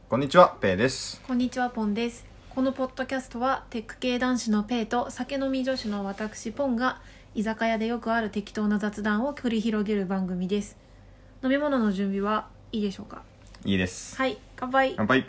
こんにちは、ペイです。 こんにちは、ポンです。このポッドキャストはテック系男子のペイと酒飲み女子の私ポンが居酒屋でよくある適当な雑談を繰り広げる番組です。飲み物の準備はいいでしょうか？ いいです。 はい、乾杯。 乾杯。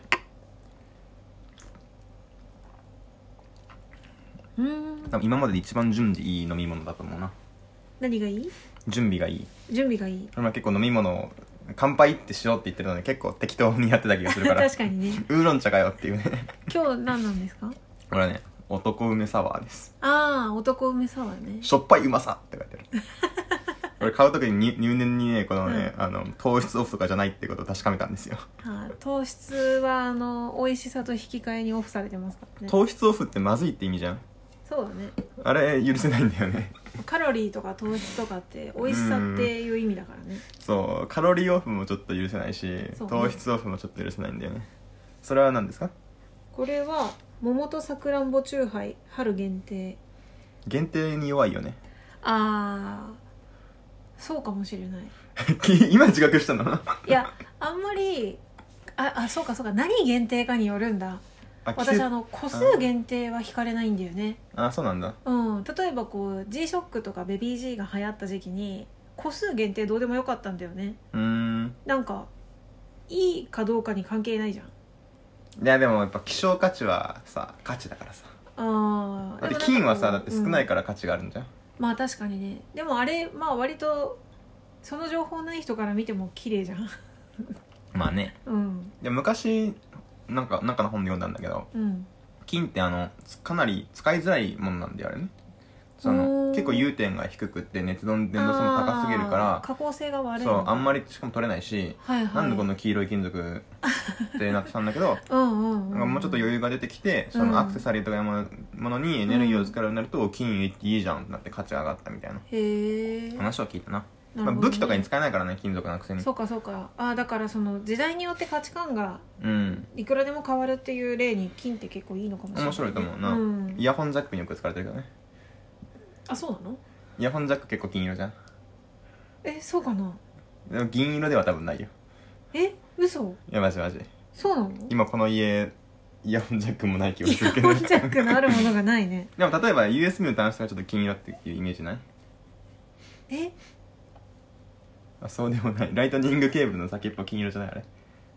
多分今までで一番準備いい飲み物だと思うな。 何がいい？ 準備がいい。 準備がいい。 結構飲み物を乾杯ってしようって言ってるので結構適当にやってた気がするから確かにね。 ウーロン茶かよっていうね。 今日何なんですか？ これはね、男梅サワーです。 ああ、男梅サワーね。 しょっぱいうまさって書いてある。これ買うときに入念にね、このね、糖質オフとかじゃないってことを確かめたんですよ。 糖質は美味しさと引き換えにオフされてますからね。 糖質オフってまずいって意味じゃん。 そうだね。 あれ許せないんだよね。 カロリーとか糖質とかって美味しさっていう意味だからね。 そうカロリーオフもちょっと許せないし、ね、糖質オフもちょっと許せないんだよね。それは何ですか？ これは桃とさくらんぼチューハイ春限定。 限定に弱いよね。 あー、そうかもしれない。 今自覚したの？ いや、あんまりそうか何限定かによるんだ。私個数限定は惹かれないんだよね。 そうなんだ。 例えばこう G-SHOCK とかベビー G が流行った時期に個数限定どうでもよかったんだよね。なんかいいかどうかに関係ないじゃん。 いやでもやっぱ希少価値はさ価値だからさ。だって金はさだって少ないから価値があるんじゃん。 まあ確かにね。でもあれ割とその情報ない人から見ても綺麗じゃん。 まあね。で昔なんかの本で読んだんだけど、金ってかなり使いづらいものなんだよあれね。結構融点が低くって熱伝導性も高すぎるから加工性が悪い。 そうあんまりしかも取れないし、なんでこの黄色い金属ってなってたんだけどもうちょっと余裕が出てきて、そのアクセサリーとかいうものにエネルギーを使うようになると金いいじゃんってなって価値が上がったみたいな話を聞いたな。武器とかに使えないからね、金属のくせに。 そうかだからその時代によって価値観がいくらでも変わるっていう例に金って結構いいのかもしれない、 面白いと思うな。イヤホンジャックによく使われてるけどね。 そうなの？ イヤホンジャック結構金色じゃん。 そうかな。 でも銀色では多分ないよ。 嘘？ いやマジそうなの？ 今この家イヤホンジャックもない気がするけどイヤホンジャックのあるものがないね。 でも例えば USB の端子がちょっと金色っていうイメージない？そうでもない。ライトニングケーブルの先っぽ金色じゃないあれ？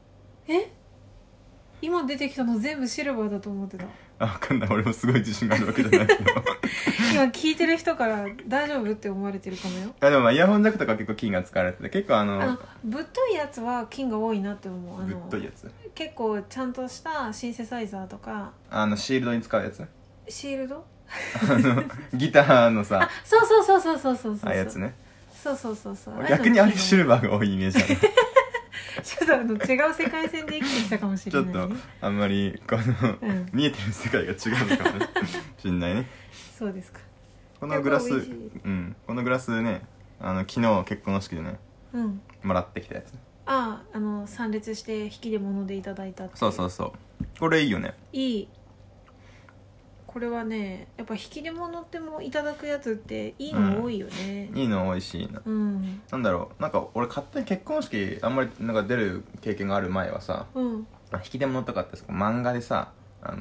今出てきたの全部シルバーだと思ってた。 分かんない。俺もすごい自信があるわけじゃないけど今聞いてる人から大丈夫って思われてるかもよ。 いやでもイヤホンジャックとか結構金が使われてて、結構ぶっといやつは金が多いなって思う。 ぶっといやつ結構ちゃんとしたシンセサイザーとかシールドに使うやつ。 シールドギターのさそうあやつね。 そう逆にあれシルバーが多いイメージあるちょっと違う世界線で生きてきたかもしれない、ね、 ちょっとあんまり見えてる世界が違うのかもしれないね。 そうですか。 このグラスこのグラスね、昨日結婚式でね、もらってきたやつ。 参列して引き出物でいただいたって。 そうこれいいよね。 いい。これはねやっぱ引き出物ってもいただくやつっていいの多いよね。 いいの多いしなんだろう、なんか俺勝手に結婚式あんまりなんか出る経験がある前はさ、引き出物とかって漫画でさ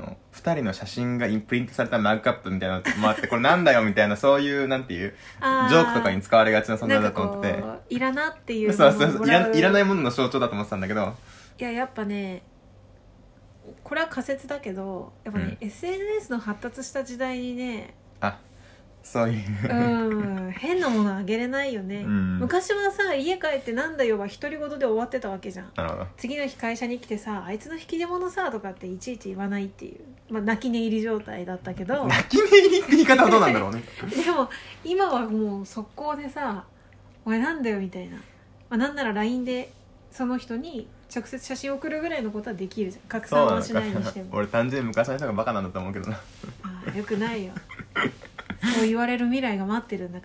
2人の写真がプリントされたマグカップみたいなのもあってこれなんだよみたいな、そういうなんていうジョークとかに使われがちな存在だと思ってて、 いらなっていうそういらないものの象徴だと思ってたんだけど、 やっぱねこれは仮説だけどやっぱね、SNS の発達した時代にねそういう変なものあげれないよね。昔はさ家帰ってなんだよは独り言で終わってたわけじゃん。 なるほど。次の日会社に来てさあいつの引き出物さとかっていちいち言わないっていう、泣き寝入り状態だったけど泣き寝入りって言い方はどうなんだろうねでも今はもう速攻でさお前なんだよみたいな、なんなら LINE でその人に直接写真送るぐらいのことはできるじゃん。拡散はしないにしても。 俺単純に昔の人がバカなんだと思うけどなよくないよそう言われる未来が待ってるんだから。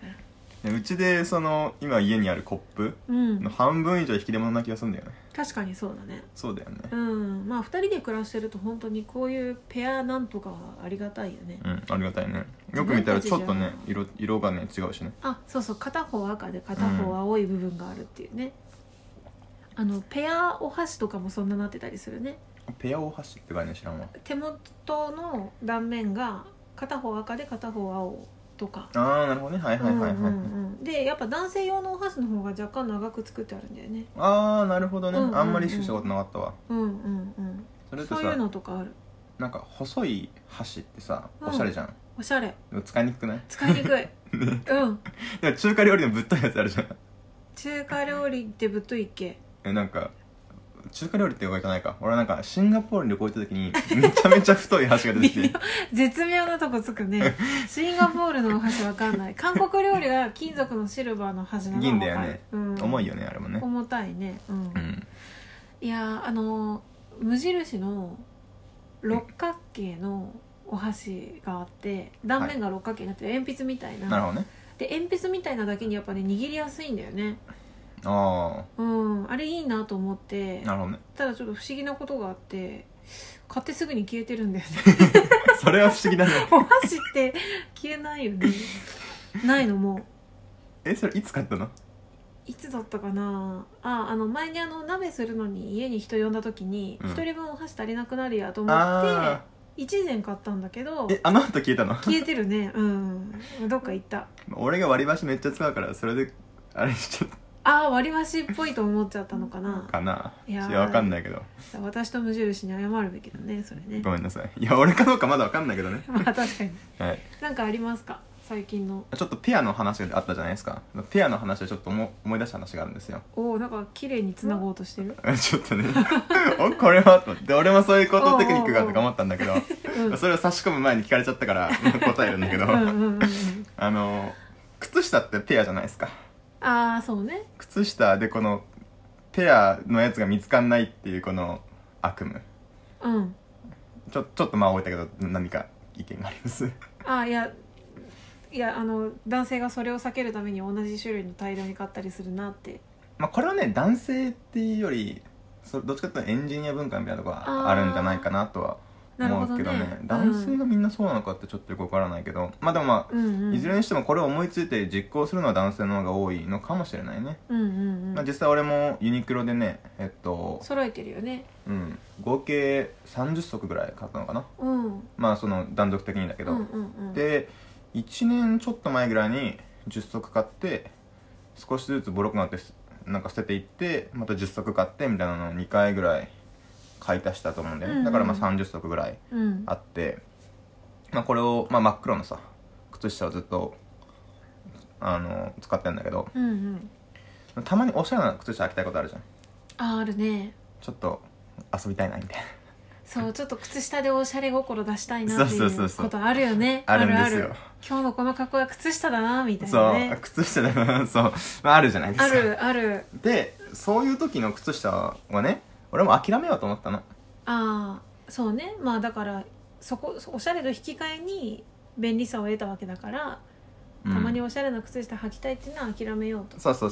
うちで今家にあるコップの半分以上引き出物な気がするんだよね。 確かにそうだね。 そうだよね。 2人で暮らしてると本当にこういうペアなんとかはありがたいよね。 ありがたいね。よく見たらちょっとね色がね違うしね。 そう片方赤で片方青い部分があるっていうね。 ペアお箸とかもそんななってたりするね。 ペアお箸って概念知らんわ。 手元の断面が片方赤で片方青とか。 ああなるほどね。はいはいはいはい、 でやっぱ男性用のお箸の方が若干長く作ってあるんだよね。 ああなるほどね、あんまり意識したことなかったわ。それってさ、そういうのとかある。 なんか細い箸ってさおしゃれじゃん、 おしゃれ。 でも使いにくくない？ 使いにくい、ね、 でも中華料理のぶっといやつあるじゃん。 中華料理ってぶっといっけ？ なんか中華料理って覚えてないか。俺なんかシンガポールに旅行行った時にめちゃめちゃ太い箸が出てきて絶妙なとこつくね。シンガポールのお箸わかんない。韓国料理が金属のシルバーの箸なの銀だよね、重いよねあれもね。 重たいね、いや無印の六角形のお箸があって断面が六角形になって鉛筆みたいな、 なるほどね。 で鉛筆みたいなだけにやっぱね握りやすいんだよね。 あれいいなと思って。 なるほどね。 ただちょっと不思議なことがあって買ってすぐに消えてるんだよねそれは不思議だね。 お箸って消えないよね。ないのもう。 それいつ買ったの？ いつだったかなあ。前に鍋するのに家に人呼んだ時に、1人分お箸足りなくなるやと思って1年買ったんだけど、 あの後消えたの？ 消えてるね。どっか行った。 俺が割り箸めっちゃ使うからそれであれしちゃった。 割り箸っぽいと思っちゃったのかな。 いやわかんないけど。 私と無印に謝るべきだねそれね。 ごめんなさい。いや俺かどうかまだわかんないけどね。 まあ確かに、 はい、 なんかありますか最近の。ちょっとペアの話があったじゃないですか。ペアの話でちょっと思い出した話があるんですよ。 なんか綺麗に繋ごうとしてるちょっとねこれはと思って俺もそういうことテクニックがあるとか思ったんだけどそれを差し込む前に聞かれちゃったから答えるんだけど靴下ってペアじゃないですか。 そうね。 靴下でこのペアのやつが見つかんないっていうこの悪夢、ちょっと置いたけど何か意見があります？ いや男性がそれを避けるために同じ種類の大量に買ったりするなって。 これはね男性っていうよりどっちかというとエンジニア文化みたいなところがあるんじゃないかなとは思うけどね。男性がみんなそうなのかってちょっとよくわからないけど、でもいずれにしてもこれを思いついて実行するのは男性の方が多いのかもしれないね。実際俺もユニクロでね揃えてるよね。 合計30足ぐらい買ったのかな。その断続的にだけど、で1年ちょっと前ぐらいに10足買って少しずつボロくなってなんか捨てていってまた10足買ってみたいなのを2回ぐらい買い足したと思うんでね、だから30足ぐらいあって、これを、真っ黒のさ靴下をずっと使ってるんだけど、たまにおしゃれな靴下履きたいことあるじゃん。 あるね。 ちょっと遊びたいなみたいな。 そうちょっと靴下でおしゃれ心出したいなっていうことあるよね。 あるんですよ。 今日のこの格好は靴下だなみたいなね。 そう靴下だなそう、あるじゃないですか。 ある。 でそういう時の靴下はね俺も諦めようと思ったの。 そうね。だからおしゃれと引き換えに便利さを得たわけだから、たまにおしゃれな靴下履きたいっていうのは諦めようと。 そう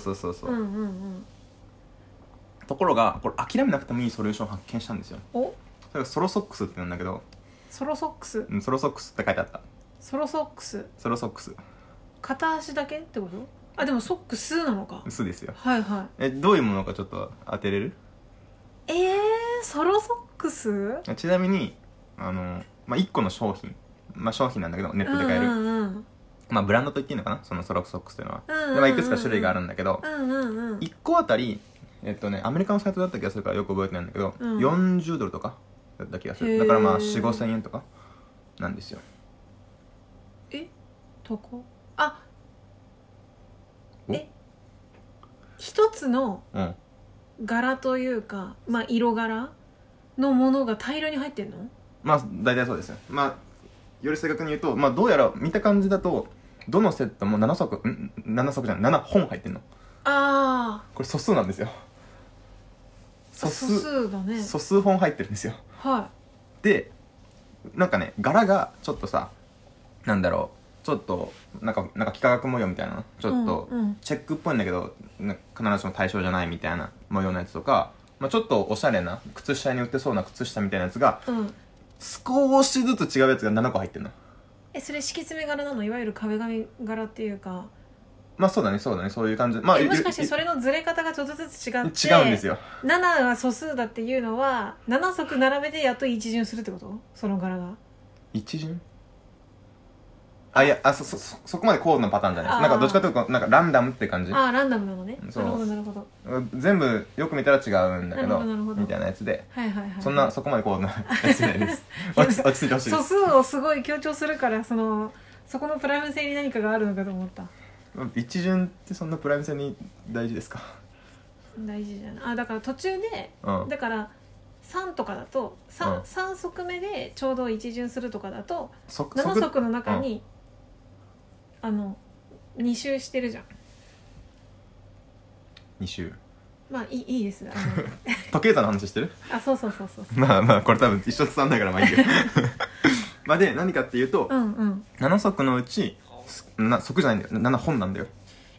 ところがこれ諦めなくてもいいソリューションを発見したんですよ。それがソロソックスって言うんだけど。 ソロソックス？ ソロソックスって書いてあった。 ソロソックス片足だけってこと？でもソックスなのか。 スですよ。 どういうものかちょっと当てれる？ ソロソックス？ ちなみに1個の商品商品なんだけどネットで買える、ブランドと言っていいのかなそのソロソックスっていうのは。いくつか種類があるんだけど、1個あたりアメリカのサイトだった気がするからよく覚えてないんだけど、40ドルとかだった気がする。だから4、5千円とかなんですよ。 高一つの柄というか、色柄のものが大量に入ってんの？ 大体そうですよ。より正確に言うと、どうやら見た感じだとどのセットも7本入ってんの。これ素数なんですよ。素数だね。素数本入ってるんですよ。でなんかね柄がちょっとさちょっとなんか幾何学模様みたいなちょっとチェックっぽいんだけど、必ずしも対象じゃないみたいな模様のやつとか、ちょっとおしゃれな靴下に売ってそうな靴下みたいなやつが、少しずつ違うやつが7個入ってるの。 それ敷き詰め柄なの？いわゆる壁紙柄っていうかまあそうだねそういう感じ。まあもしかしてそれのずれ方がちょっとずつ違って違うんですよ。 7が素数だっていうのは7足並べてやっと一巡するってこと？その柄が一巡？いやそこまで高度なパターンじゃないです。なんかどっちかというとなんかランダムって感じ。 ランダムなのね。なるほどなるほど。 全部よく見たら違うんだけどなるほどみたいなやつで、 はいはいはい、 そこまで高度なやつじゃないです落ち着いてほしいです。 素数をすごい強調するからそこのプライム性に何かがあるのかと思った。 一巡ってそんなプライム性に大事ですか？ 大事じゃない。だから途中で、だから3とかだと 3足目でちょうど一巡するとかだと7足の中に、2周してるじゃん。 2周。 まあいいです。 時計座の話してる？ そうまあこれ多分一緒伝わんないからまあいいけどまあで何かっていうと、7足のうち足じゃないんだよ、7本なんだよ。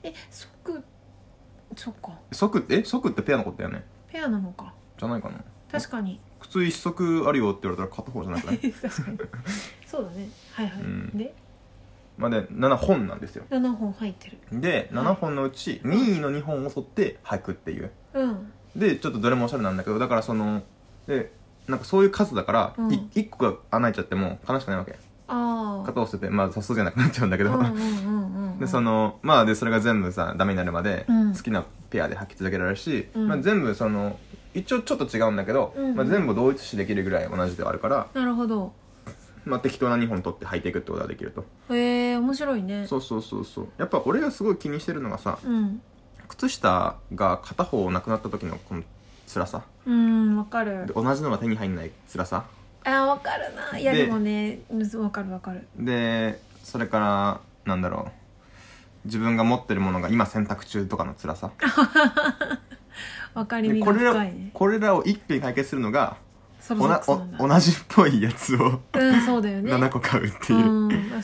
そっか。 足ってペアのことだよね。 ペアなのかじゃないかな。 確かに靴1足あるよって言われたら片方じゃなくない？ 確かにそうだね。はいはい、でまあで7本なんですよ。 7本入ってる。 で7本のうち任意の2本を取って履くっていう、でちょっとどれもおしゃれなんだけど、だからでなんかそういう数だから、1個が穴開いちゃっても悲しくないわけ。片方捨てて素数じゃなくなっちゃうんだけどでまあでそれが全部さダメになるまで好きなペアで履き続けられるし、全部一応ちょっと違うんだけど、全部同一視できるぐらい同じではあるから、 なるほど。 適当な2本取って履いていくってことができると。 面白いね。 そうやっぱ俺がすごい気にしてるのがさ、靴下が片方なくなった時のこの辛さ。 わかる。 で同じのが手に入んない辛さ。 わかるな。いやでもね、わかる。 でそれからなんだろう、自分が持ってるものが今選択中とかの辛さわかりみが深いね。 これらを一気に解決するのがソロソックスなんだ。 同じっぽいやつをそうだよね。 7個買うっていう、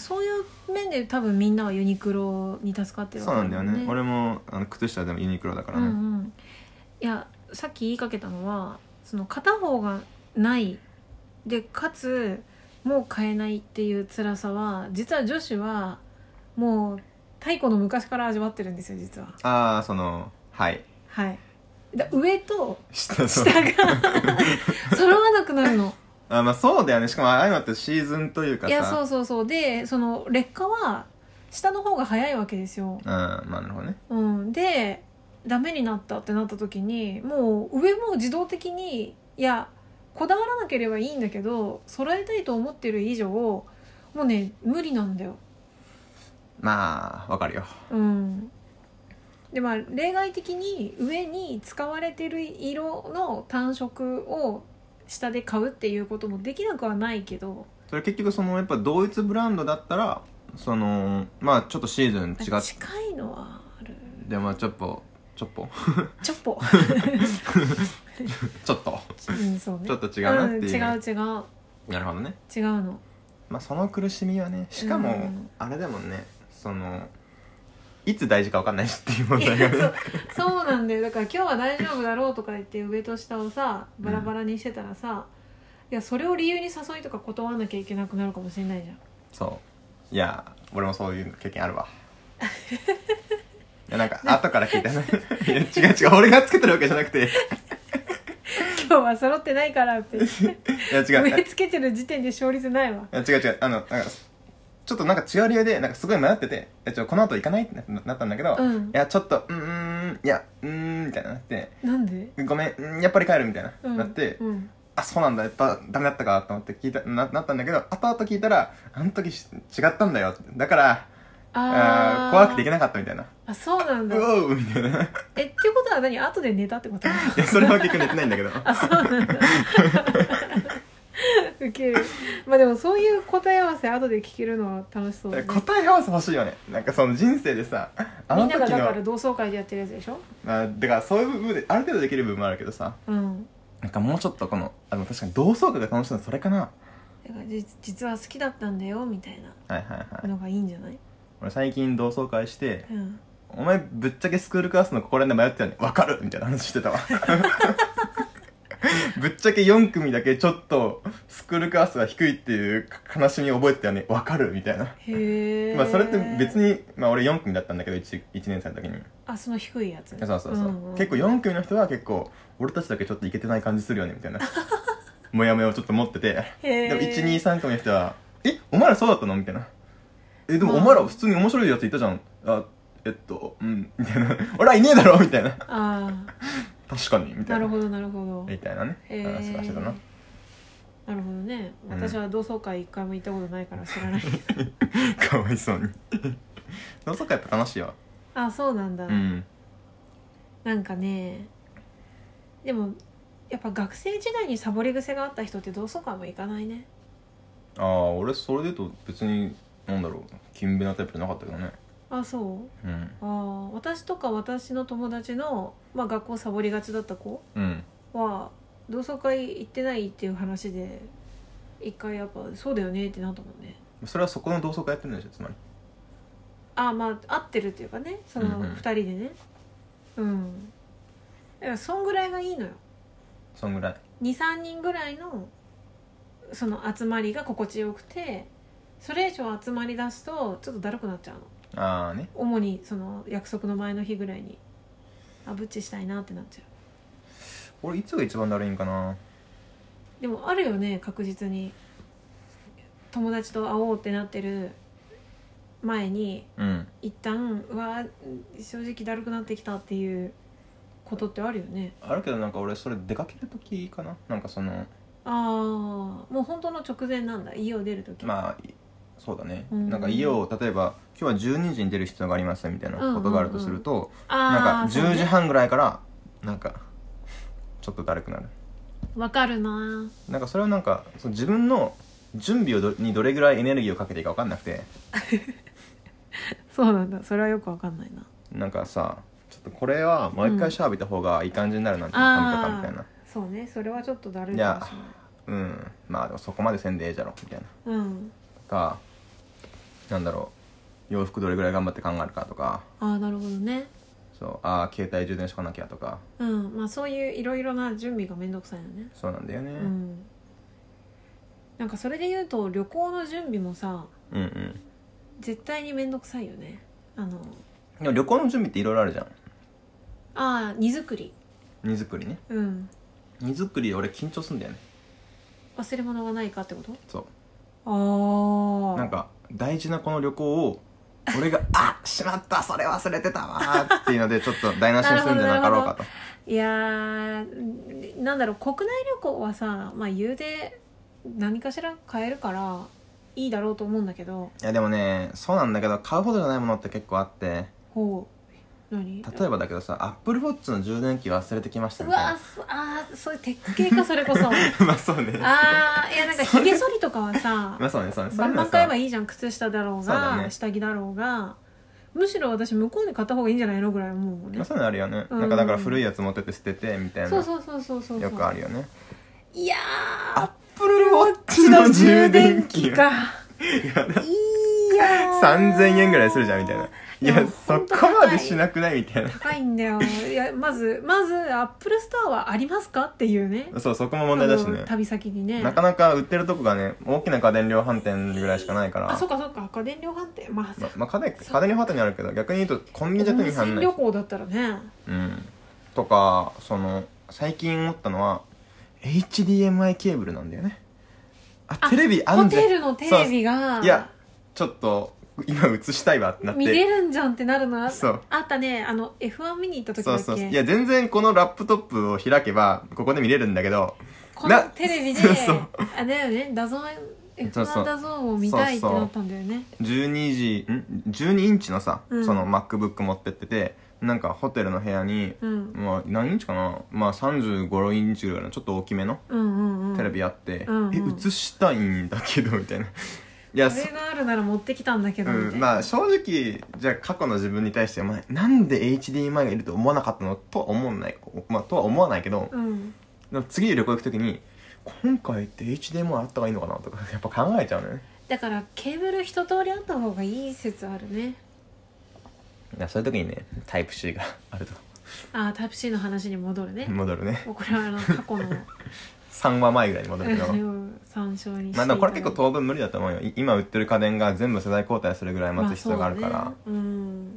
そういう面で多分みんなはユニクロに助かってるわけだよね。 そうなんだよね。俺も靴下でもユニクロだからね。 いやさっき言いかけたのは片方がないでかつもう買えないっていう辛さは実は女子はもう太古の昔から味わってるんですよ実は。 はい上と下が揃わなくなるの。 そうだよね。しかもああいうのってシーズンというかさ。 いやそうで劣化は下の方が早いわけですよ。 なるほどね。 でダメになったってなった時にもう上も自動的にこだわらなければいいんだけど揃えたいと思ってる以上もうね無理なんだよ。 わかるよ。 で例外的に上に使われてる色の単色を下で買うっていうこともできなくはないけど、 それ結局やっぱ同一ブランドだったらちょっとシーズン違って近いのはある。 でもちょっとちょっとちょっと違うなっていう、 違う。 なるほどね。 違うの。 その苦しみはね、しかもあれでもね、いつ大事か分かんないしっていう問題がねそうなんだよ。だから今日は大丈夫だろうとか言って上と下をさバラバラにしてたらさ、それを理由に誘いとか断らなきゃいけなくなるかもしれないじゃん。 そういや俺もそういう経験あるわなんか後から聞いたね違う俺がつけてるわけじゃなくて今日は揃ってないからっていや違う上つけてる時点で勝率ないわ。 違うなんかちょっとなんか違う理由でなんかすごい迷っててこの後行かないってなったんだけど、いやちょっとみたいなってなんでごめんやっぱり帰るみたいな、なって、そうなんだやっぱダメだったかと思って聞いた なったんだけど、後々聞いたらあの時違ったんだよだから怖くていけなかったみたいな。 そうなんだ。 うおうみたいな。 っていうことは後で寝たってこと？いやそれは結局寝てないんだけどそうなんだウケる。でもそういう答え合わせ後で聞けるのは楽しそうだね。 答え合わせ欲しいよね。なんか人生でさみんながだから同窓会でやってるやつでしょ。だからそういう部分である程度できる部分もあるけどさ、なんかもうちょっと確かに同窓会が楽しいのはそれかな。だから実は好きだったんだよみたいなのがいいんじゃない？ 俺最近同窓会して、お前ぶっちゃけスクールクラスのここら辺で迷ってたね分かるみたいな話してたわぶっちゃけ4組だけちょっとスクールカーストが低いっていう悲しみを覚えてたよね。わかるみたいな。 へえ。 まあそれって別に、まあ俺4組だったんだけど 1年生の時に。 あ、その低いやつ。 そうそうそう、結構4組の人は結構俺たちだけちょっとイケてない感じするよねみたいなモヤモヤをちょっと持ってて、でも123組の人はお前らそうだったのみたいな。でもお前ら普通に面白いやついたじゃん。みたいな。俺はいねえだろみたいな。確かにみたいな。 なるほどなるほど。 みたいなね話がしてたな。 なるほどね。私は同窓会一回も行ったことないから知らないかわいそうに同窓会やっぱ楽しいわ。 あ、そうなんだ。なんかね、でもやっぱ学生時代にサボり癖があった人って同窓会も行かないね。 俺それで言うと別になんだろう、勤勉なタイプじゃなかったけどね。 あ、そう。私とか私の友達の、学校サボりがちだった子は、同窓会行ってないっていう話で一回やっぱそうだよねってなったもんね。 それはそこの同窓会やってるんでしょ、つまり。 合ってるっていうかね、その2人でね。だからそんぐらいがいいのよ。 そんぐらい 2,3 人ぐらいのその集まりが心地よくて、それ以上集まり出すとちょっとだるくなっちゃうの。 ね。 主にその約束の前の日ぐらいにブッチしたいなってなっちゃう。 俺いつが一番だるいんかな。 でもあるよね、確実に友達と会おうってなってる前に、一旦正直だるくなってきたっていうことってあるよね。 あるけど、なんか俺それ出かける時かな。なんかそのもう本当の直前なんだ、家を出る時。 そうだね。なんか家を例えば今日は12時に出る必要がありますみたいなことがあるとすると、なんか10時半ぐらいからなんかちょっとだるくなる。 わかるな。 なんかそれはなんか自分の準備にどれぐらいエネルギーをかけていいか分かんなくてそうなんだ。それはよく分かんないな。 なんかさ、ちょっとこれはもう一回シャワー浴びた方がいい感じになるなんて髪とかみたいな。 そうね、それはちょっとだるいかもしれない。 まあでもそこまでせんでええじゃろみたいな。とか、なんだろう、洋服どれぐらい頑張って考えるかとか。 なるほどね。 そう、携帯充電しとかなきゃとか。 そういういろいろな準備がめんどくさいのね。 そうなんだよね。 なんかそれで言うと旅行の準備もさ、絶対にめんどくさいよね。 でも旅行の準備っていろいろあるじゃん。 荷造り。 荷造りね。荷造り俺緊張すんだよね。 忘れ物がないかってこと？ そう。なんか大事なこの旅行を俺がしまったそれ忘れてたわっていうのでちょっと台無しにするんじゃなかろうかと。 いやー、なんだろう、国内旅行はさ、言うて何かしら買えるからいいだろうと思うんだけど。 いやでもね、そうなんだけど買うほどじゃないものって結構あって。 何？ 例えばだけどさ、アップルウォッチの充電器忘れてきましたみたいな。 そういうテック系かそれこそそうね。 いやなんか髭剃りとかはさそうね。 バンバン買えばいいじゃん。靴下だろうが下着だろうが。むしろ私向こうで買った方がいいんじゃないのぐらい思うもんね。 そういうのあるよね。なんかだから古いやつ持ってって捨ててみたいな。 そうよくあるよね。 いやアップルウォッチの充電器か。 いや3000円ぐらいするじゃんみたいな。いやそこまでしなくないみたいな。 高いんだよ。いやまずアップルストアはありますかっていうね。 そこも問題だしね。 旅先にね、 なかなか売ってるとこがね、大きな家電量販店ぐらいしかないから。 そうか家電量販店家電量販店にあるけど、逆に言うとコンビニじゃ手に入んない。 旅行だったらね。 とか最近思ったのは HDMI ケーブルなんだよね。テレビホテルのテレビが、 いやちょっと今映したいわってなって見れるんじゃんってなるの。あそうったね。F1 見に行った時だっけ。 いや全然このラップトップを開けばここで見れるんだけど、 このテレビでだよね、ダゾーン F1 ダゾーンを見たいってなったんだよね。 12インチのさ、その MacBook 持ってってて、なんかホテルの部屋に、何インチかな、35インチぐらいのちょっと大きめのテレビあって、映したいんだけどみたいな。 いや、それがあるなら持ってきたんだけどみたいな。 正直じゃあ過去の自分に対してなんで HDMI がいると思わなかったのとは思わないけど、でも次旅行行くときに今回って HDMI あった方がいいのかなとかやっぱ考えちゃうね。 だからケーブル一通りあった方がいい説あるね。 そういう時にねタイプ C があるとあタイプ C の話に戻るね。 戻るね。 もうこれは過去の 3話前ぐらいに戻るけど参照にしてまあでもこれ結構当分無理だと思うよ。今売ってる家電が全部世代交代するぐらい待つ必要があるから、 まあそうだね、うん、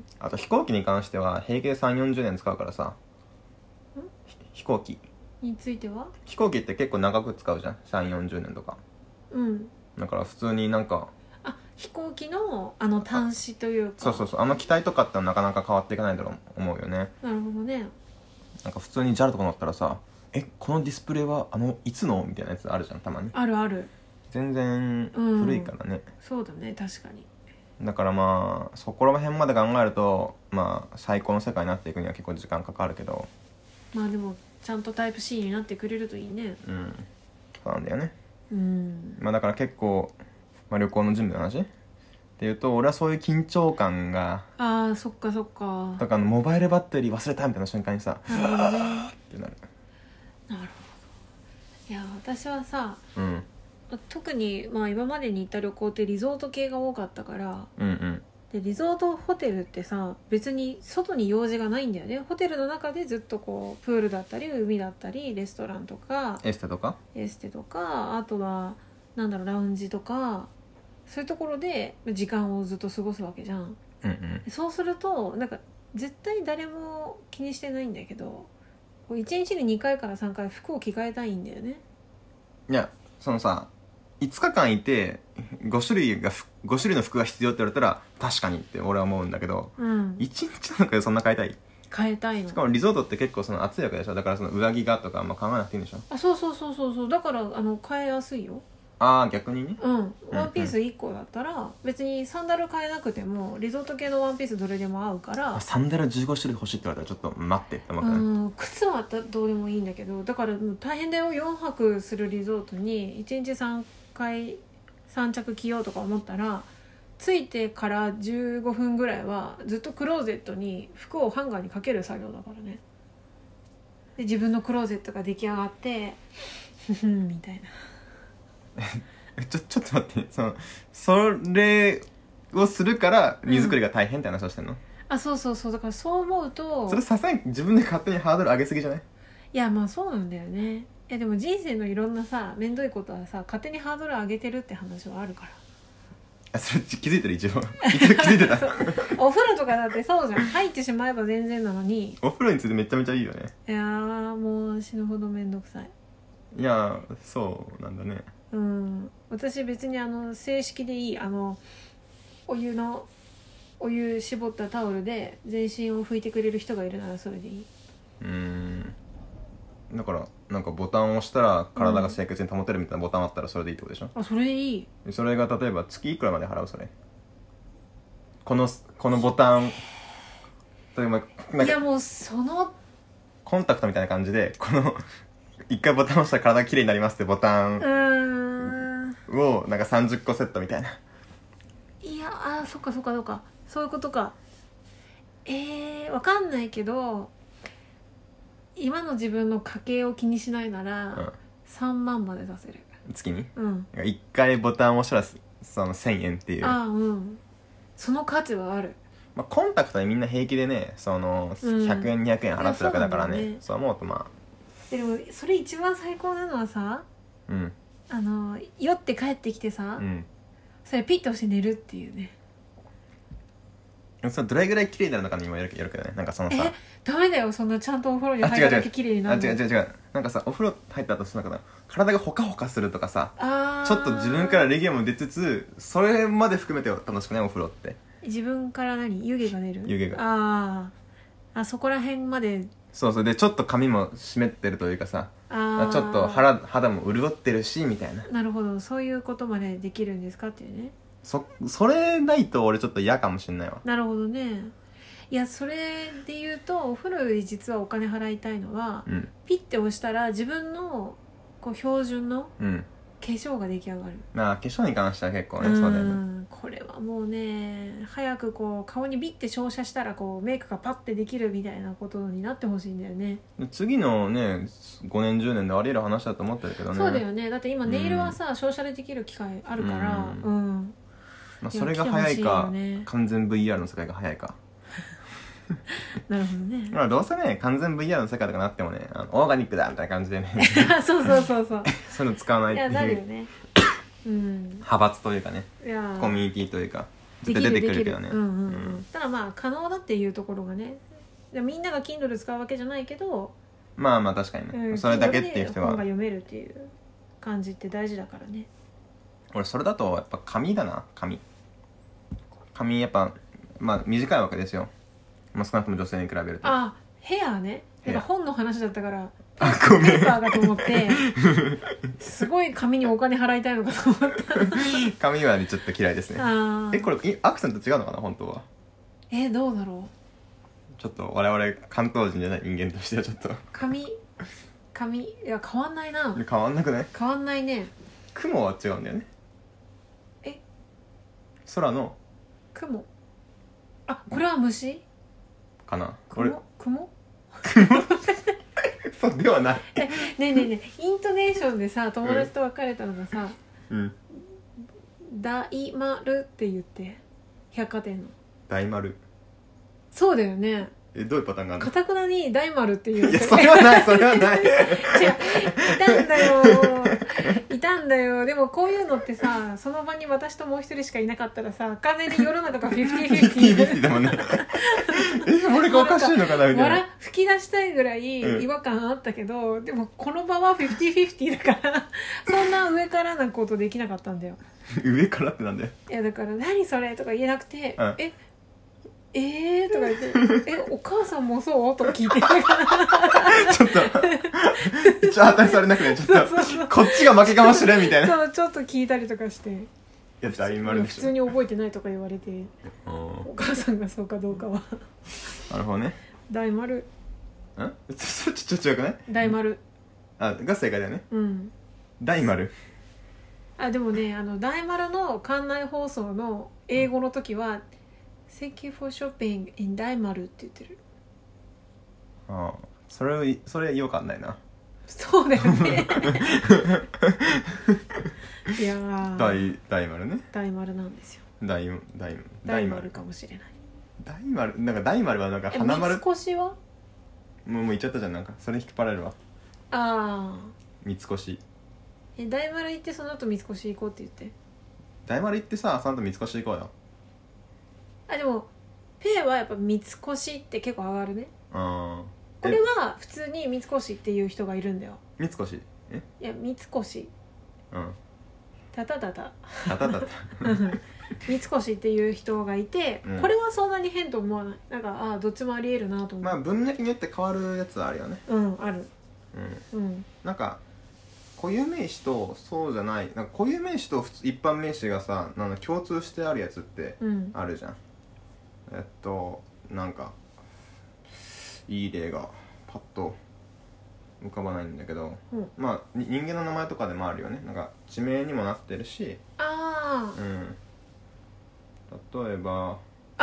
あと飛行機に関しては平気で 3,40 年使うからさ。飛行機については飛行機って結構長く使うじゃん 3,40 年とか。 うんだから普通になんか飛行機の端子というかそう機体とかってなかなか変わっていかないだろう思うよね。 なるほどね。 なんか普通に JAL とか乗ったらさこのディスプレイはいつのみたいなやつあるじゃんたまに。 あるある。 全然古いからね、 そうだね確かに。 だからまあそこら辺まで考えるとまあ最高の世界になっていくには結構時間かかるけど、 まあでもちゃんとタイプ C になってくれるといいね。 そうなんだよね。まあだから結構、旅行の準備の話っていうと俺はそういう緊張感がそっかそっか。 だからモバイルバッテリー忘れたみたいな瞬間にさなるほどねってなる。 なるほど。いや私はさ、 うん特に今までに行った旅行ってリゾート系が多かったから、でリゾートホテルってさ別に外に用事がないんだよね。ホテルの中でずっとこうプールだったり海だったりレストランとかエステとかあとはラウンジとかそういうところで時間をずっと過ごすわけじゃん、そうするとなんか絶対誰も気にしてないんだけど1日に2回から3回服を着替えたいんだよね。 いやそのさ5日間いて5種類の服が必要って言われたら確かにって俺は思うんだけど、1日の中でそんな変えたいの。しかもリゾートって結構その暑いわけでしょ。だからその上着がとかあんま考えなくていいんでしょ。 そうだから変えやすいよ。 逆にね。 ワンピース1個だったら別にサンダル変えなくてもリゾート系のワンピースどれでも合うから。 サンダル15種類欲しいって言われたらちょっと待ってって思うからね。 靴はどうでもいいんだけどだからもう大変だよ。4泊するリゾートに1日3回3着着ようとか思ったら着いてから15分ぐらいはずっとクローゼットに服をハンガーにかける作業だからね。で自分のクローゼットが出来上がってふふんみたいなちょっと待ってそれをするから荷造りが大変って話をしてんの、 そうだからそう思うとそれさすがに自分で勝手にハードル上げすぎじゃない？ いやまあそうなんだよね。でも人生のいろんなさめんどいことはさ勝手にハードル上げてるって話はあるから。 それ気づいてる？一応気づいてたお風呂とかだってそうじゃん。入ってしまえば全然なのに。 お風呂についてめちゃめちゃいいよね。 いやもう死ぬほどめんどくさい。 いやそうなんだね。 私別に正式でいいお湯絞ったタオルで全身を拭いてくれる人がいるならそれでいい。 だからなんかボタンを押したら体が清潔に保てるみたいなボタンあったらそれでいいってことでしょ。 それでいい。 それが例えば月いくらまで払う？それこのボタン例えばいやもうコンタクトみたいな感じでこの一回ボタンを押したら体が綺麗になりますってボタンをなんか30個セットみたいな。 いやそっかそういうことか。わかんないけど今の自分の家計を気にしないなら、3万まで出せる月に。1回ボタンを押したらその1000円っていう。 その価値はある。 コンタクトでみんな平気でね100円200円払ってるわけだからね。そう思うとでもそれ一番最高なのはさ、酔って帰ってきてさ、それピッと押して寝るっていうね。 それどれぐらい綺麗になるのかにもよるけどね。なんかそのさダメだよそんなちゃんとお風呂に入るだけ綺麗になるの。 違うなんかさお風呂入った後なんか体がホカホカするとかさちょっと自分からレゲエも出つつそれまで含めて楽しくない？お風呂って自分から湯気が出る？ 湯気がそこら辺まで。 そうでちょっと髪も湿ってるというかさちょっと肌も潤ってるしみたいな。 なるほどそういうことまでできるんですかっていうね。 それないと俺ちょっと嫌かもしんないわ。 なるほどね。いやそれで言うとお風呂で実はお金払いたいのは、ピッて押したら自分の標準の化粧が出来上がる。 化粧に関しては結構ねそうだよね。 これはもうね早く顔にビッて照射したらメイクがパッてできるみたいなことになってほしいんだよね。 次のね5年10年であり得る話だと思ってるけどね。 そうだよね。だって今ネイルはさ、照射でできる機会あるからそれが早いか完全 VR の世界が早いかなるほどね。 まあどうせね完全 VR の世界とかなってもねオーガニックだみたいな感じでねそうそうそうそうそういうの使わないっていういやなるよね。 派閥というかねいやコミュニティというかで絶対出てくるけどね。 ただまあ可能だっていうところがね、みんなが Kindle 使うわけじゃないけど、 まあまあ確かにね、それだけっていう人 Kindle では本が読めるっていう感じって大事だからね。 俺それだとやっぱ紙だな。紙やっぱまあ短いわけですよ、まあ、少なくとも女性に比べると。 あ、ヘアね。なんか本の話だったからごめんペーパーかと思ってすごい紙にお金払いたいのかと思った紙はねちょっと嫌いですね。これアクセント違うのかな本当は。 どうだろう。ちょっと我々関東人じゃない人間としてはちょっと紙いや変わんないな。 変わんなくない？ 変わんないね。 雲は違うんだよね。空の雲。あ、これは虫かな。 雲そうではない。 ねえねえねえ、イントネーションでさ友達と別れたのがさ、大丸って言って、百貨店の大丸。 そうだよね。 どういうパターンがあるの？ かたくなに大丸っていう。 いやそれはないそれはない。 違う、いたんだよ。でもこういうのってさ、その場に私ともう一人しかいなかったらさ、完全に世の中が 50-50 だもんね。俺がおかしいのかなみたいな。 吹き出したいぐらい違和感あったけど、でもこの場は 50-50 だからそんな上からなことできなかったんだよ。 上からってなんだよ。 いやだから何それとか言えなくて、とか言ってお母さんもそうとか聞いてるからちょっと一応当たりされなくてちょっとこっちが負けかもしれんみたいな。 そうちょっと聞いたりとかして、いや大丸でしょ。 普通に覚えてないとか言われて、お母さんがそうかどうかは。 なるほどね。 大丸それちょっと違くない？ 大丸が正解だよね。大丸。 でもね大丸の館内放送の英語の時はThank you for shopping in 大丸って言ってる。 それ違和感ないな。 そうだよねいや大丸ね。 大丸なんですよ。 大丸かもしれない。 大丸なんか大丸はなんか花丸。 三越はもう言っちゃったじゃん。なんかそれ引っ張られるわ。三越。 大丸行ってその後三越行こうって言って。 大丸行ってさその後三越行こうよ。 でもペイはやっぱ三越って結構上がるね。これは普通に三越っていう人がいるんだよ。 三越？ いや三越。たたたた三越っていう人がいて、これはそんなに変と思わない。なんかどっちもありえるなと思う。 まあ分類によって変わるやつはあるよね。 ある。 なんか固有名詞とそうじゃない、なんか固有名詞と一般名詞がさ共通してあるやつってあるじゃん。なんかいい例がパッと浮かばないんだけど、まあ人間の名前とかでもあるよね。なんか地名にもなってるし、例えば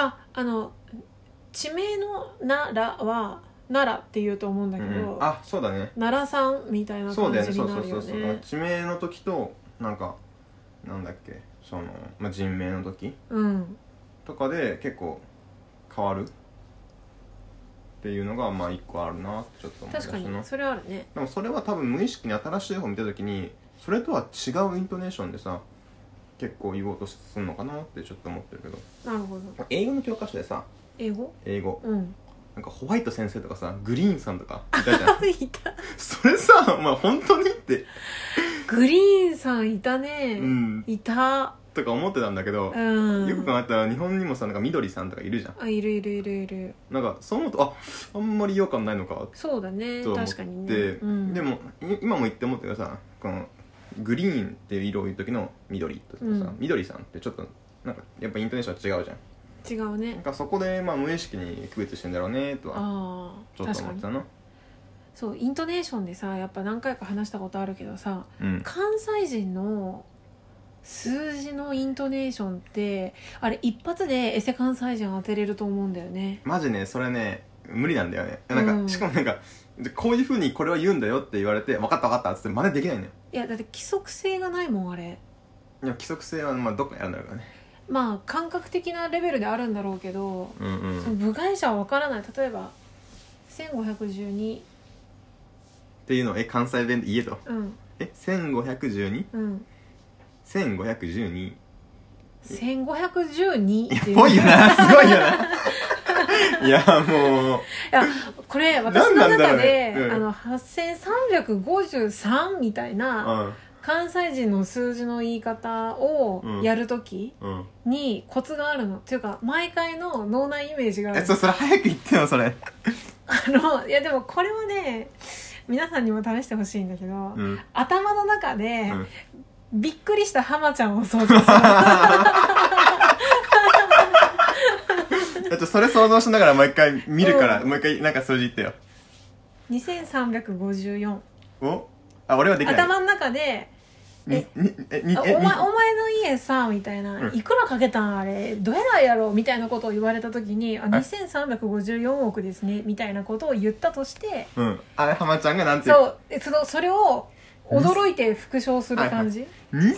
地名の奈良は奈良って言うと思うんだけど、 そうだね、 奈良さんみたいな感じになるよね。 そう地名の時となんだっけ人名の時、とかで結構変わるっていうのが一個あるなってちょっと思いました。 確かにそれあるね。 でもそれは多分無意識に新しい本見た時にそれとは違うイントネーションでさ結構言おうとするのかなってちょっと思ってるけど。 なるほど。 英語の教科書でさ英語、なんかホワイト先生とかさグリーンさんとかいたじゃんいた。 それさ本当にってグリーンさんいたね、いたとか思ってたんだけど、よく考えたら日本にもさなんか緑さんとかいるじゃん。 いる。 なんかそう思うとあんまり違和感ないのかそうだね、確かにね。 でも今も言って思ったけどさ、このグリーンっていう色を言う時の緑とかさ、緑さんってちょっとなんかやっぱイントネーション違うじゃん。 違うね。 なんかそこで無意識に区別してんだろうねとはちょっと思ってたな。 そうイントネーションでさやっぱ何回か話したことあるけどさ、関西人の数字のイントネーションってあれ一発でエセ関西人当てれると思うんだよね。 マジねそれね無理なんだよね。なんか、しかもなんかこういう風にこれは言うんだよって言われて分かったっつって真似できないのよ。 いやだって規則性がないもんあれ。 いや規則性はどっかにあるんだろうからね。 まあ感覚的なレベルであるんだろうけど、 うんうん、 その部外者は分からない。例えば1512 っていうのを関西弁で言えと。 うん 1512？ うん、 1512 1512っていうぽいよな、すごいよな。いやもういやこれ私の中で、 ね、 8353みたいな、 うん、 関西人の数字の言い方をやるときにコツがあるの、っていうか毎回の脳内イメージがある。 それ早く言ってよそれ。 いやでもこれはね皆さんにも試してほしいんだけど、 うん、 頭の中で、びっくりした浜ちゃんを想像する。 それ想像しながらもう一回見るから、もう一回なんか数字言ってよ。 2354。 お？俺はできない。 頭の中でお前の家さみたいな、いくらかけたんあれどえらいやろみたいなことを言われた時に2354億ですねみたいなことを言ったとして、 浜ちゃんがなんてそれを驚いて復唱する感じ。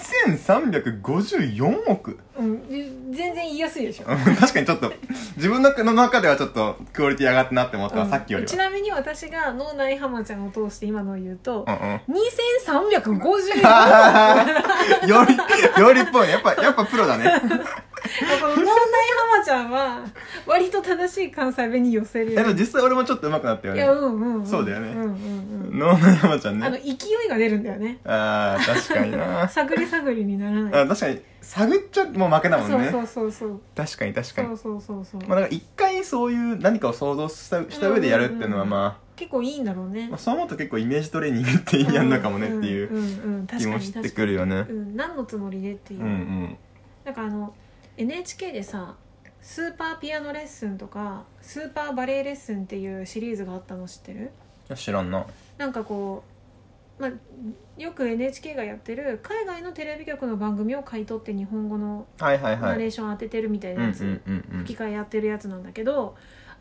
2354億、 全然言いやすいでしょ。 確かにちょっと自分の中ではちょっとクオリティ上がってなって思ったわ、さっきよりは。 ちなみに私が脳内浜ちゃんを通して今のを言うと、2354億よりっぽい。やっぱプロだね。 この脳内浜ちゃんは割と正しい関西弁に寄せるよ。 でも実際俺もちょっと上手くなったよね。 いやそうだよね。脳内浜ちゃんね。 勢いが出るんだよね。 確かにな。 探りにならない。 確かに探っちゃもう負けだもんね。 そう確かにそうだから一回そういう何かを想像した上でやるっていうのはまあ結構いいんだろうね。 そう思うと結構イメージトレーニングって意味あるのかもねっていう気もしてくるよね。 何のつもりでっていう。なんかNHK でさスーパーピアノレッスンとかスーパーバレエレッスンっていうシリーズがあったの知ってる？ 知らんな。 なんかこう、よく NHK がやってる海外のテレビ局の番組を買い取って日本語のナレーション当ててるみたいなやつ、吹き替えやってるやつなんだけど、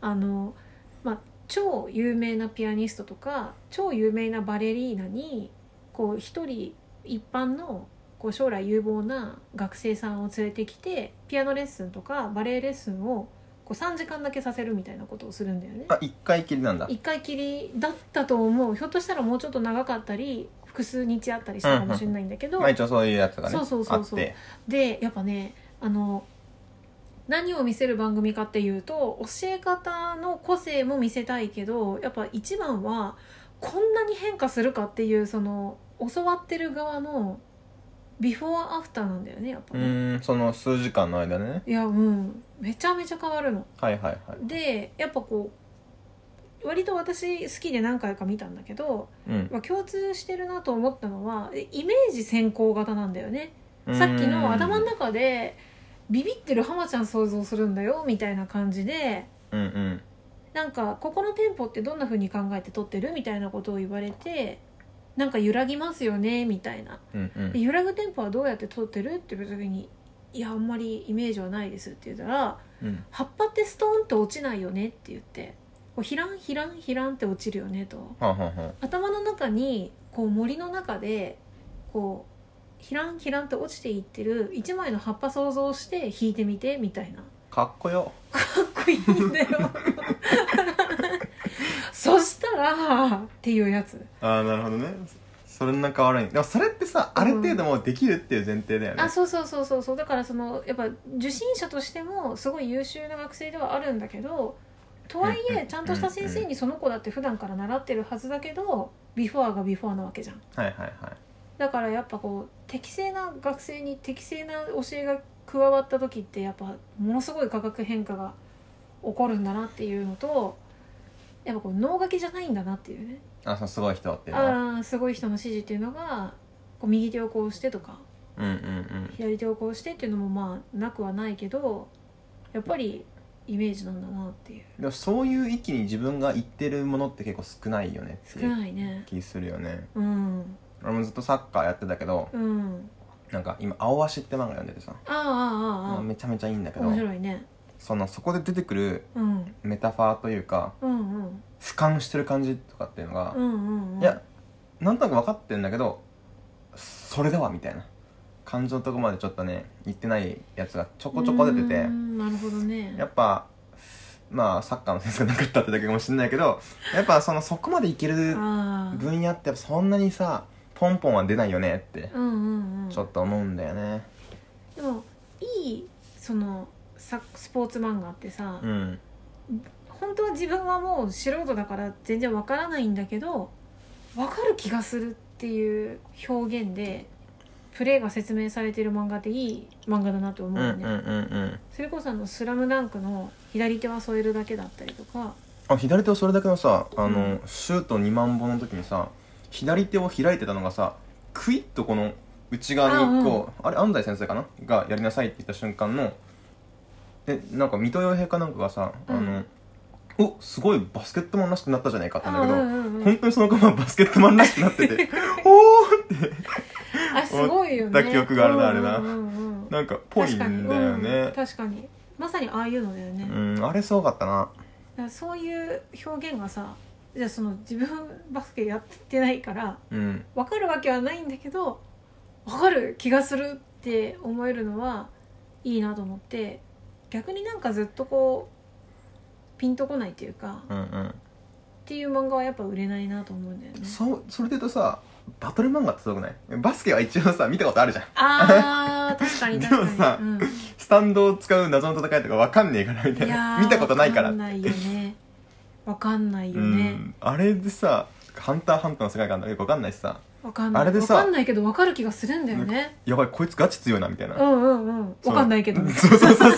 超有名なピアニストとか超有名なバレリーナにこう一人一般のこう将来有望な学生さんを連れてきてピアノレッスンとかバレエレッスンをこう3時間だけさせるみたいなことをするんだよね。 1回きりなんだ。 1回きりだったと思う。ひょっとしたらもうちょっと長かったり複数日あったりしたかもしれないんだけど、 一応そういうやつがねそうあって、 でやっぱね何を見せる番組かっていうと教え方の個性も見せたいけどやっぱ一番はこんなに変化するかっていうその教わってる側のビフォーアフターなんだよねやっぱね。 その数時間の間ね。 いやめちゃめちゃ変わるの。でやっぱこう割と私好きで何回か見たんだけど、共通してるなと思ったのはイメージ先行型なんだよね。さっきの頭の中でビビってる浜ちゃん想像するんだよみたいな感じで、なんかここのテンポってどんな風に考えて撮ってるみたいなことを言われて、なんか揺らぎますよねみたいな、揺らぐテンポはどうやって撮ってるって言った時にいやあんまりイメージはないですって言ったら、葉っぱってストーンって落ちないよねって言ってこうヒランヒランヒランって落ちるよねと、頭の中にこう森の中でこうヒランヒランって落ちていってる一枚の葉っぱ想像して弾いてみてみたいな。 かっこよ。 かっこいいんだよ。そしたらっていうやつ。 なるほどね。それなんか悪い。でもそれってさ、ある程度もうできるっていう前提だよね。 そうだからそのやっぱ受信者としてもすごい優秀な学生ではあるんだけど、とはいえちゃんとした先生にその子だって普段から習ってるはずだけど、ビフォーがビフォーなわけじゃん。だからやっぱこう適正な学生に適正な教えが加わった時ってやっぱものすごい化学変化が起こるんだなっていうのと、やっぱこう脳書きじゃないんだなっていうね。 すごい人っていうのはすごい人の指示っていうのがこう右手をこうしてとか、左手をこうしてっていうのもまあなくはないけど、やっぱりイメージなんだなっていう。 でもそういう域に自分が言ってるものって結構少ないよねっていう少ないね気するよね。俺もずっとサッカーやってたけど、なんか今青足って漫画読んでてさ、めちゃめちゃいいんだけど、 面白いね。 そこで出てくるメタファーというか、俯瞰してる感じとかっていうのが、いやなんとなく分かってんだけどそれだわみたいな感情のとこまでちょっとね行ってないやつがちょこちょこ出てて、 なるほどね。 やっぱまあサッカーのセンスがなかったってだけかもしれないけど、やっぱそこまでいける分野ってやっぱそんなにさポンポンは出ないよねってちょっと思うんだよね。 でもいいスポーツ漫画ってさ、本当は自分はもう素人だから全然わからないんだけどわかる気がするっていう表現でプレーが説明されている漫画っていい漫画だなと思うよね。それこそスラムダンクの左手は添えるだけだったりとか、 左手をそれだけのさシュート2万本の時にさ左手を開いてたのがさクイッとこの内側にこう、あれ安西先生かながやりなさいって言った瞬間のなんか水戸洋平かなんかがさ、おすごいバスケットマンらしくなったじゃないかって言うんだけど、本当にそのままバスケットマンらしくなってておーってすごいよね。 思った記憶があるな、あれな。なんかぽいんだよね。 確かにまさにああいうのだよね。 あれすごかったな。 だそういう表現がさ、じゃあ自分バスケやってないから分かるわけはないんだけど分かる気がするって思えるのはいいなと思って、逆になんかずっとこうピンとこないっていうか、っていう漫画はやっぱ売れないなと思うんだよね。 それで言うとさバトル漫画ってすごくない？バスケは一応さ見たことあるじゃん。 確かにでもさ、スタンドを使う謎の戦いとか分かんねえからみたいな、見たことないから。 分かんないよね。分かんないよね。 あれでさハンターハンターの世界観だけ分かんないしさ、 分かんない。あれでさ分かんないけど分かる気がするんだよね。 やばいこいつガチ強いなみたいな。 分かんないけど。 そう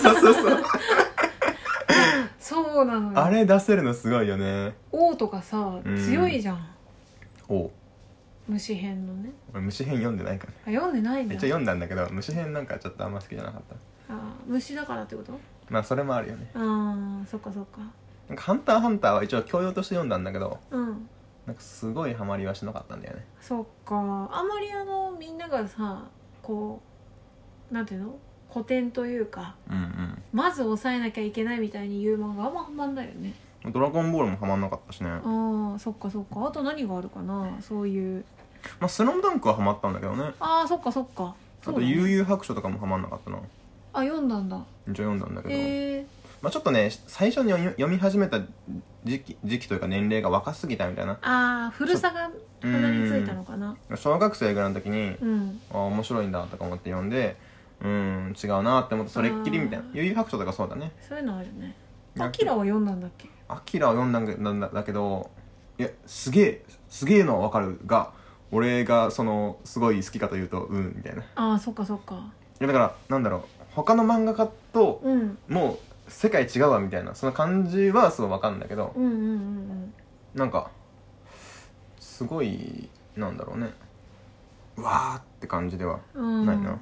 そうなのよ。 あれ出せるのすごいよね。 王とかさ強いじゃん。 王虫編のね。 俺虫編読んでないからね。 読んでないんだ。 一応読んだんだけど虫編なんかちょっとあんま好きじゃなかった。 虫だからってこと？ まあそれもあるよね。 そっかそっか。 なんかハンターハンターは一応教養として読んだんだけど、なんかすごいハマりはしなかったんだよね。 そっか。あんまりみんながさこうなんていうの古典というか、まず抑えなきゃいけないみたいに言う漫画あんまハマんないよね。 ドラゴンボールもハマんなかったしね。 そっかそっか。あと何があるかな、そういう。 スラムダンクはハマったんだけどね。 そっかそっか。 あと悠々白書とかもハマんなかったな。 読んだんだ。 一応読んだんだけど、ちょっとね最初に読み始めた時期というか年齢が若すぎたみたいな。 古さが鼻についたのかな。 小学生ぐらいの時に、面白いんだとか思って読んで、違うなって思ってそれっきりみたいな。悠々白書とかそうだね。 そういうのあるね。アキラは読んだんだっけ？ アキラは読んだんだけど、いやすげえのは分かるが、俺がすごい好きかというとみたいな。 そっかそっか。 いやだからなんだろう、他の漫画家ともう世界違うわみたいなその感じはすごい分かるんだけど、なんかすごいなんだろうね、うわーって感じではないな。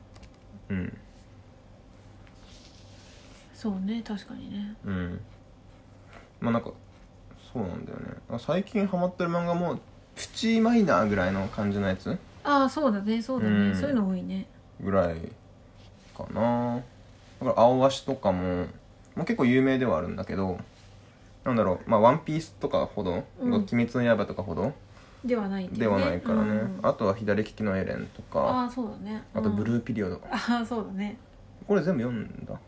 そうね、確かにね。 なんかそうなんだよね。最近ハマってる漫画もプチマイナーぐらいの感じのやつ。 そうだねそういうの多いね。 ぐらいかな。だから青足とかも結構有名ではあるんだけど、なんだろう、ワンピースとかほど、鬼滅の刃とかほどではないからね。あとは左利きのエレンとか、 そうだね。 あとブルーピリオド。 そうだね。 これ全部読んだ？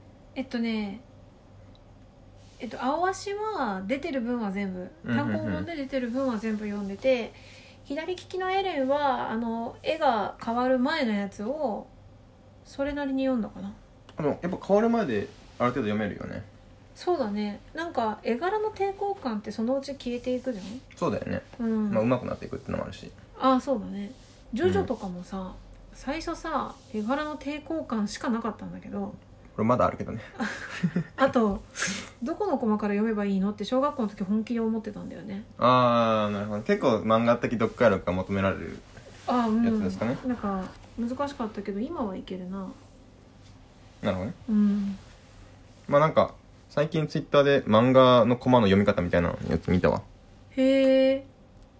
青足は出てる分は全部、単行本で出てる分は全部読んでて、左利きのエレンは絵が変わる前のやつをそれなりに読んだかな。 やっぱ変わる前である程度読めるよね。 そうだね。なんか絵柄の抵抗感ってそのうち消えていくじゃん。 そうだよね。上手くなっていくってのもあるし。 そうだね。ジョジョとかもさ、最初さ絵柄の抵抗感しかなかったんだけど、 これまだあるけどね。 あとどこのコマから読めばいいのって小学校の時本気で思ってたんだよね。 なるほど。結構漫画的読解力が求められるやつですかね。 なんか難しかったけど今はいけるな。 なるほどね。なんか最近ツイッターで漫画のコマの読み方みたいなやつ見たわ。 へえ。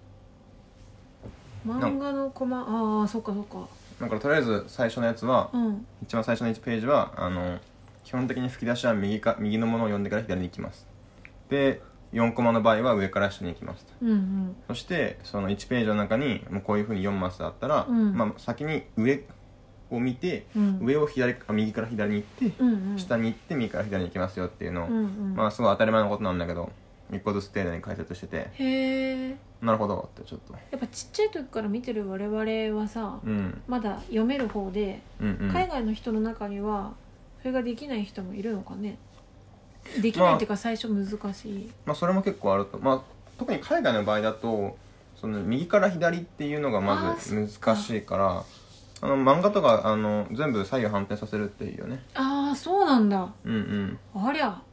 漫画のコマ、そっかそっか。 なんかとりあえず最初のやつは、一番最初の1ページは基本的に吹き出しは右のものを読んでから左に行きます。で4コマの場合は上から下に行きますと、そしてその1ページの中にもうこういう風に4マスあったら、先に上を見て、上を右から左に行って、下に行って右から左に行きますよっていうのを、まあすごい当たり前のことなんだけど一個ずつ丁寧に解説してて、 へえ、 なるほどってちょっとやっぱちっちゃい時から見てる我々はさ、まだ読める方で、海外の人の中にはそれができない人もいるのかね。できないっていうか最初難しい、 まあそれも結構あると、まあ特に海外の場合だとその右から左っていうのがまず難しいから、漫画とか全部左右反転させるっていうよね。 ああそうなんだ。ありゃ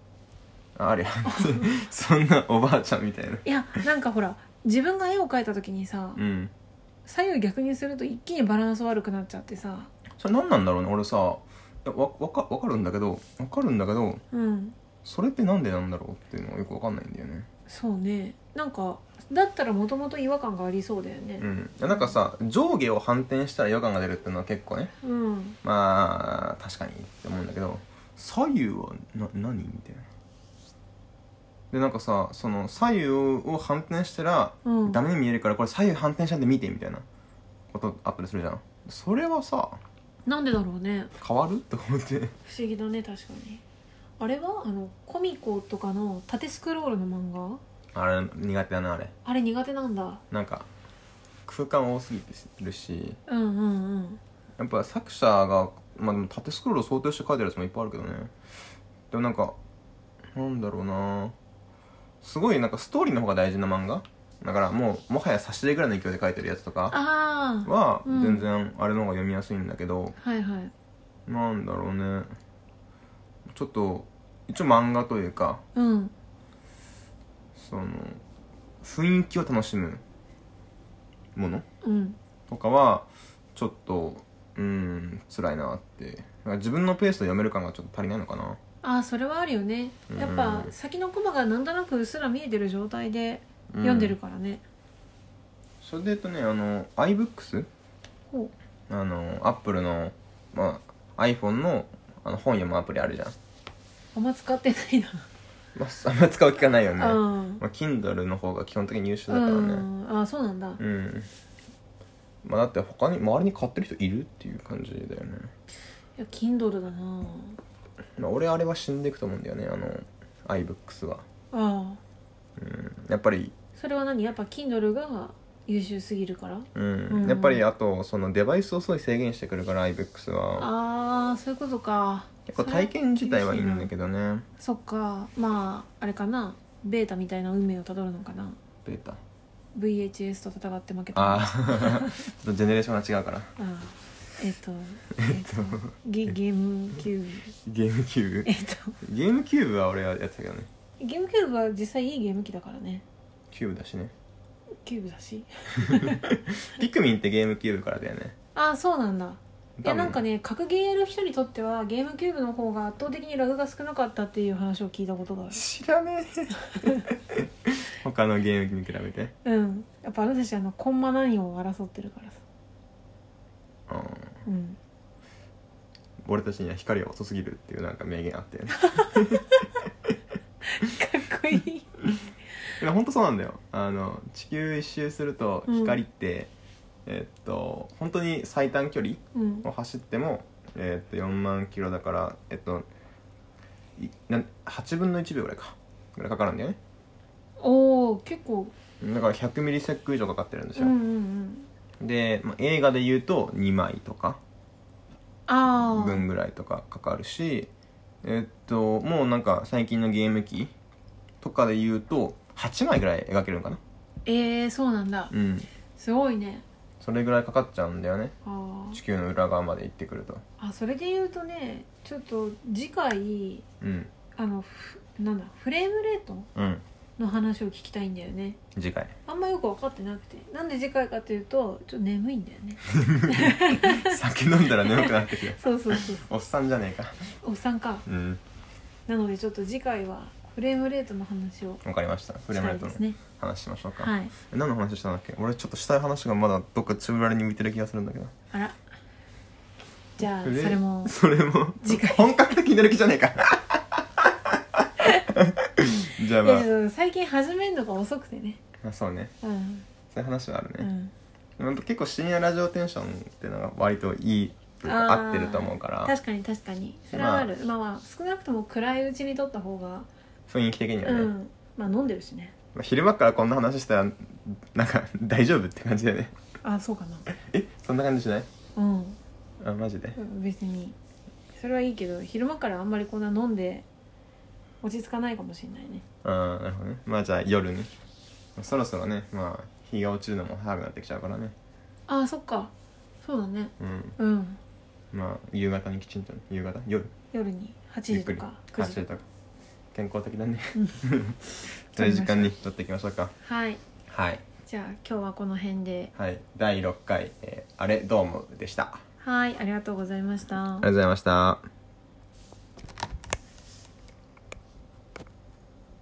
そんなおばあちゃんみたいな。 いやなんかほら自分が絵を描いた時にさ、左右逆にすると一気にバランス悪くなっちゃってさ。 それ何なんだろうね。俺さわかるんだけど、それってなんでなんだろうっていうのがよくわかんないんだよね。 そうね、なんかだったらもともと違和感がありそうだよね。 なんかさ上下を反転したら違和感が出るっていうのは結構ね、まあ確かにって思うんだけど、左右は何みたいな。でなんかさその左右を反転したら、ダメに見えるからこれ左右反転したんで見てみたいなことあったりするじゃん。それはさなんでだろうね。 変わると思って。 不思議だね。確かにあれはコミコとかの縦スクロールの漫画、 あれ苦手だな。 あれ苦手なんだ。 なんか空間多すぎてるし、やっぱ作者が、まあ、でも縦スクロールを想定して書いてるやつもいっぱいあるけどね。でもなんかなんだろうな、すごいなんかストーリーの方が大事な漫画だから、もはや差し入れぐらいの勢いで書いてるやつとかは全然あれの方が読みやすいんだけど、なんだろうね、ちょっと一応漫画というか、その雰囲気を楽しむもの、とかはちょっと辛いなって。自分のペースで読める感がちょっと足りないのかな。 それはあるよね。やっぱ先のコマがなんとなくうっすら見えてる状態で読んでるからね。 それで言うとね、iBooks、アップルの、iPhone の本読むアプリあるじゃん。 あんま使ってないな。 あんま使う気がないよね。Kindle の方が基本的に優秀だからね。 そうなんだ。 だって他に周りに買ってる人いるっていう感じだよね。 いや Kindle だな。 俺あれは死んでいくと思うんだよね、iBooks は。やっぱりそれは何？やっぱ Kindle が優秀すぎるから？ やっぱりあとそのデバイスをすごい制限してくるから iBooks は。 そういうことか。 結構体験自体はいいんだけどね。 そっか。まああれかな、ベータみたいな運命をたどるのかな。 ベータ VHS と戦って負けた。 ちょっとジェネレーションが違うから。 ゲームキューブ。 ゲームキューブゲームキューブは俺はやってたけどね。 ゲームキューブは実際いいゲーム機だからね。 キューブだしね。 キューブだしピクミンってゲームキューブからだよね。 そうなんだ。いやなんかね、格ゲーやる人にとってはゲームキューブの方が圧倒的にラグが少なかったっていう話を聞いたことがある。 知らねえ他のゲームに比べて。 やっぱ私たちコンマ何を争ってるからさ。 俺たちには光は遅すぎるっていうなんか名言あってねかっこいい。 いや本当そうなんだよ。地球一周すると光って、本当に最短距離を走っても、4万キロだから、8分の1秒ぐらいかかるんだよね。 結構だから100ミリセック以上かかってるんですよ。で、映画で言うと2枚とか分ぐらいとかかかるし、もうなんか最近のゲーム機とかで言うと8枚ぐらい描けるのかな。 そうなんだ。すごいね。 それぐらいかかっちゃうんだよね、地球の裏側まで行ってくると。 それで言うとね、ちょっと次回、なんだフレームレートの話を聞きたいんだよね。 次回あんまよく分かってなくて、なんで次回かっていうとちょっと眠いんだよね酒飲んだら眠くなってくるそうおっさんじゃねえか。 おっさんか。なのでちょっと次回はフレームレートの話を。 わかりました。フレームレートの話しましょうか。何の話したんだっけ。俺ちょっとしたい話がまだどっかつぶらりに浮いてる気がするんだけど。 じゃあそれも次回本格的になる気じゃねえかじゃあ最近始めるのが遅くてね。 そうね、そういう話はあるね。結構深夜ラジオテンションっていうのが割といいていうか合ってると思うから。 確かに確かにそれはある、まあ少なくとも暗いうちに撮った方が雰囲気的にはね、 まあ飲んでるしね。 昼間からこんな話したらなんか大丈夫って感じだよね。 そうかな。 そんな感じしない？マジで別にそれはいいけど、昼間からあんまりこんな飲んで落ち着かないかもしれないね。 なるほどね。まあじゃあ夜にそろそろね、まあ日が落ちるのも早くなってきちゃうからね。 そっか、そうだね。 まあ夕方にきちんと、夜に8時とか9時とか健康的だね。そういう時間に撮っていきましょうか。 はい、じゃあ今日はこの辺で。 第6回、あれどうもでした。 ありがとうございました。 ありがとうございました。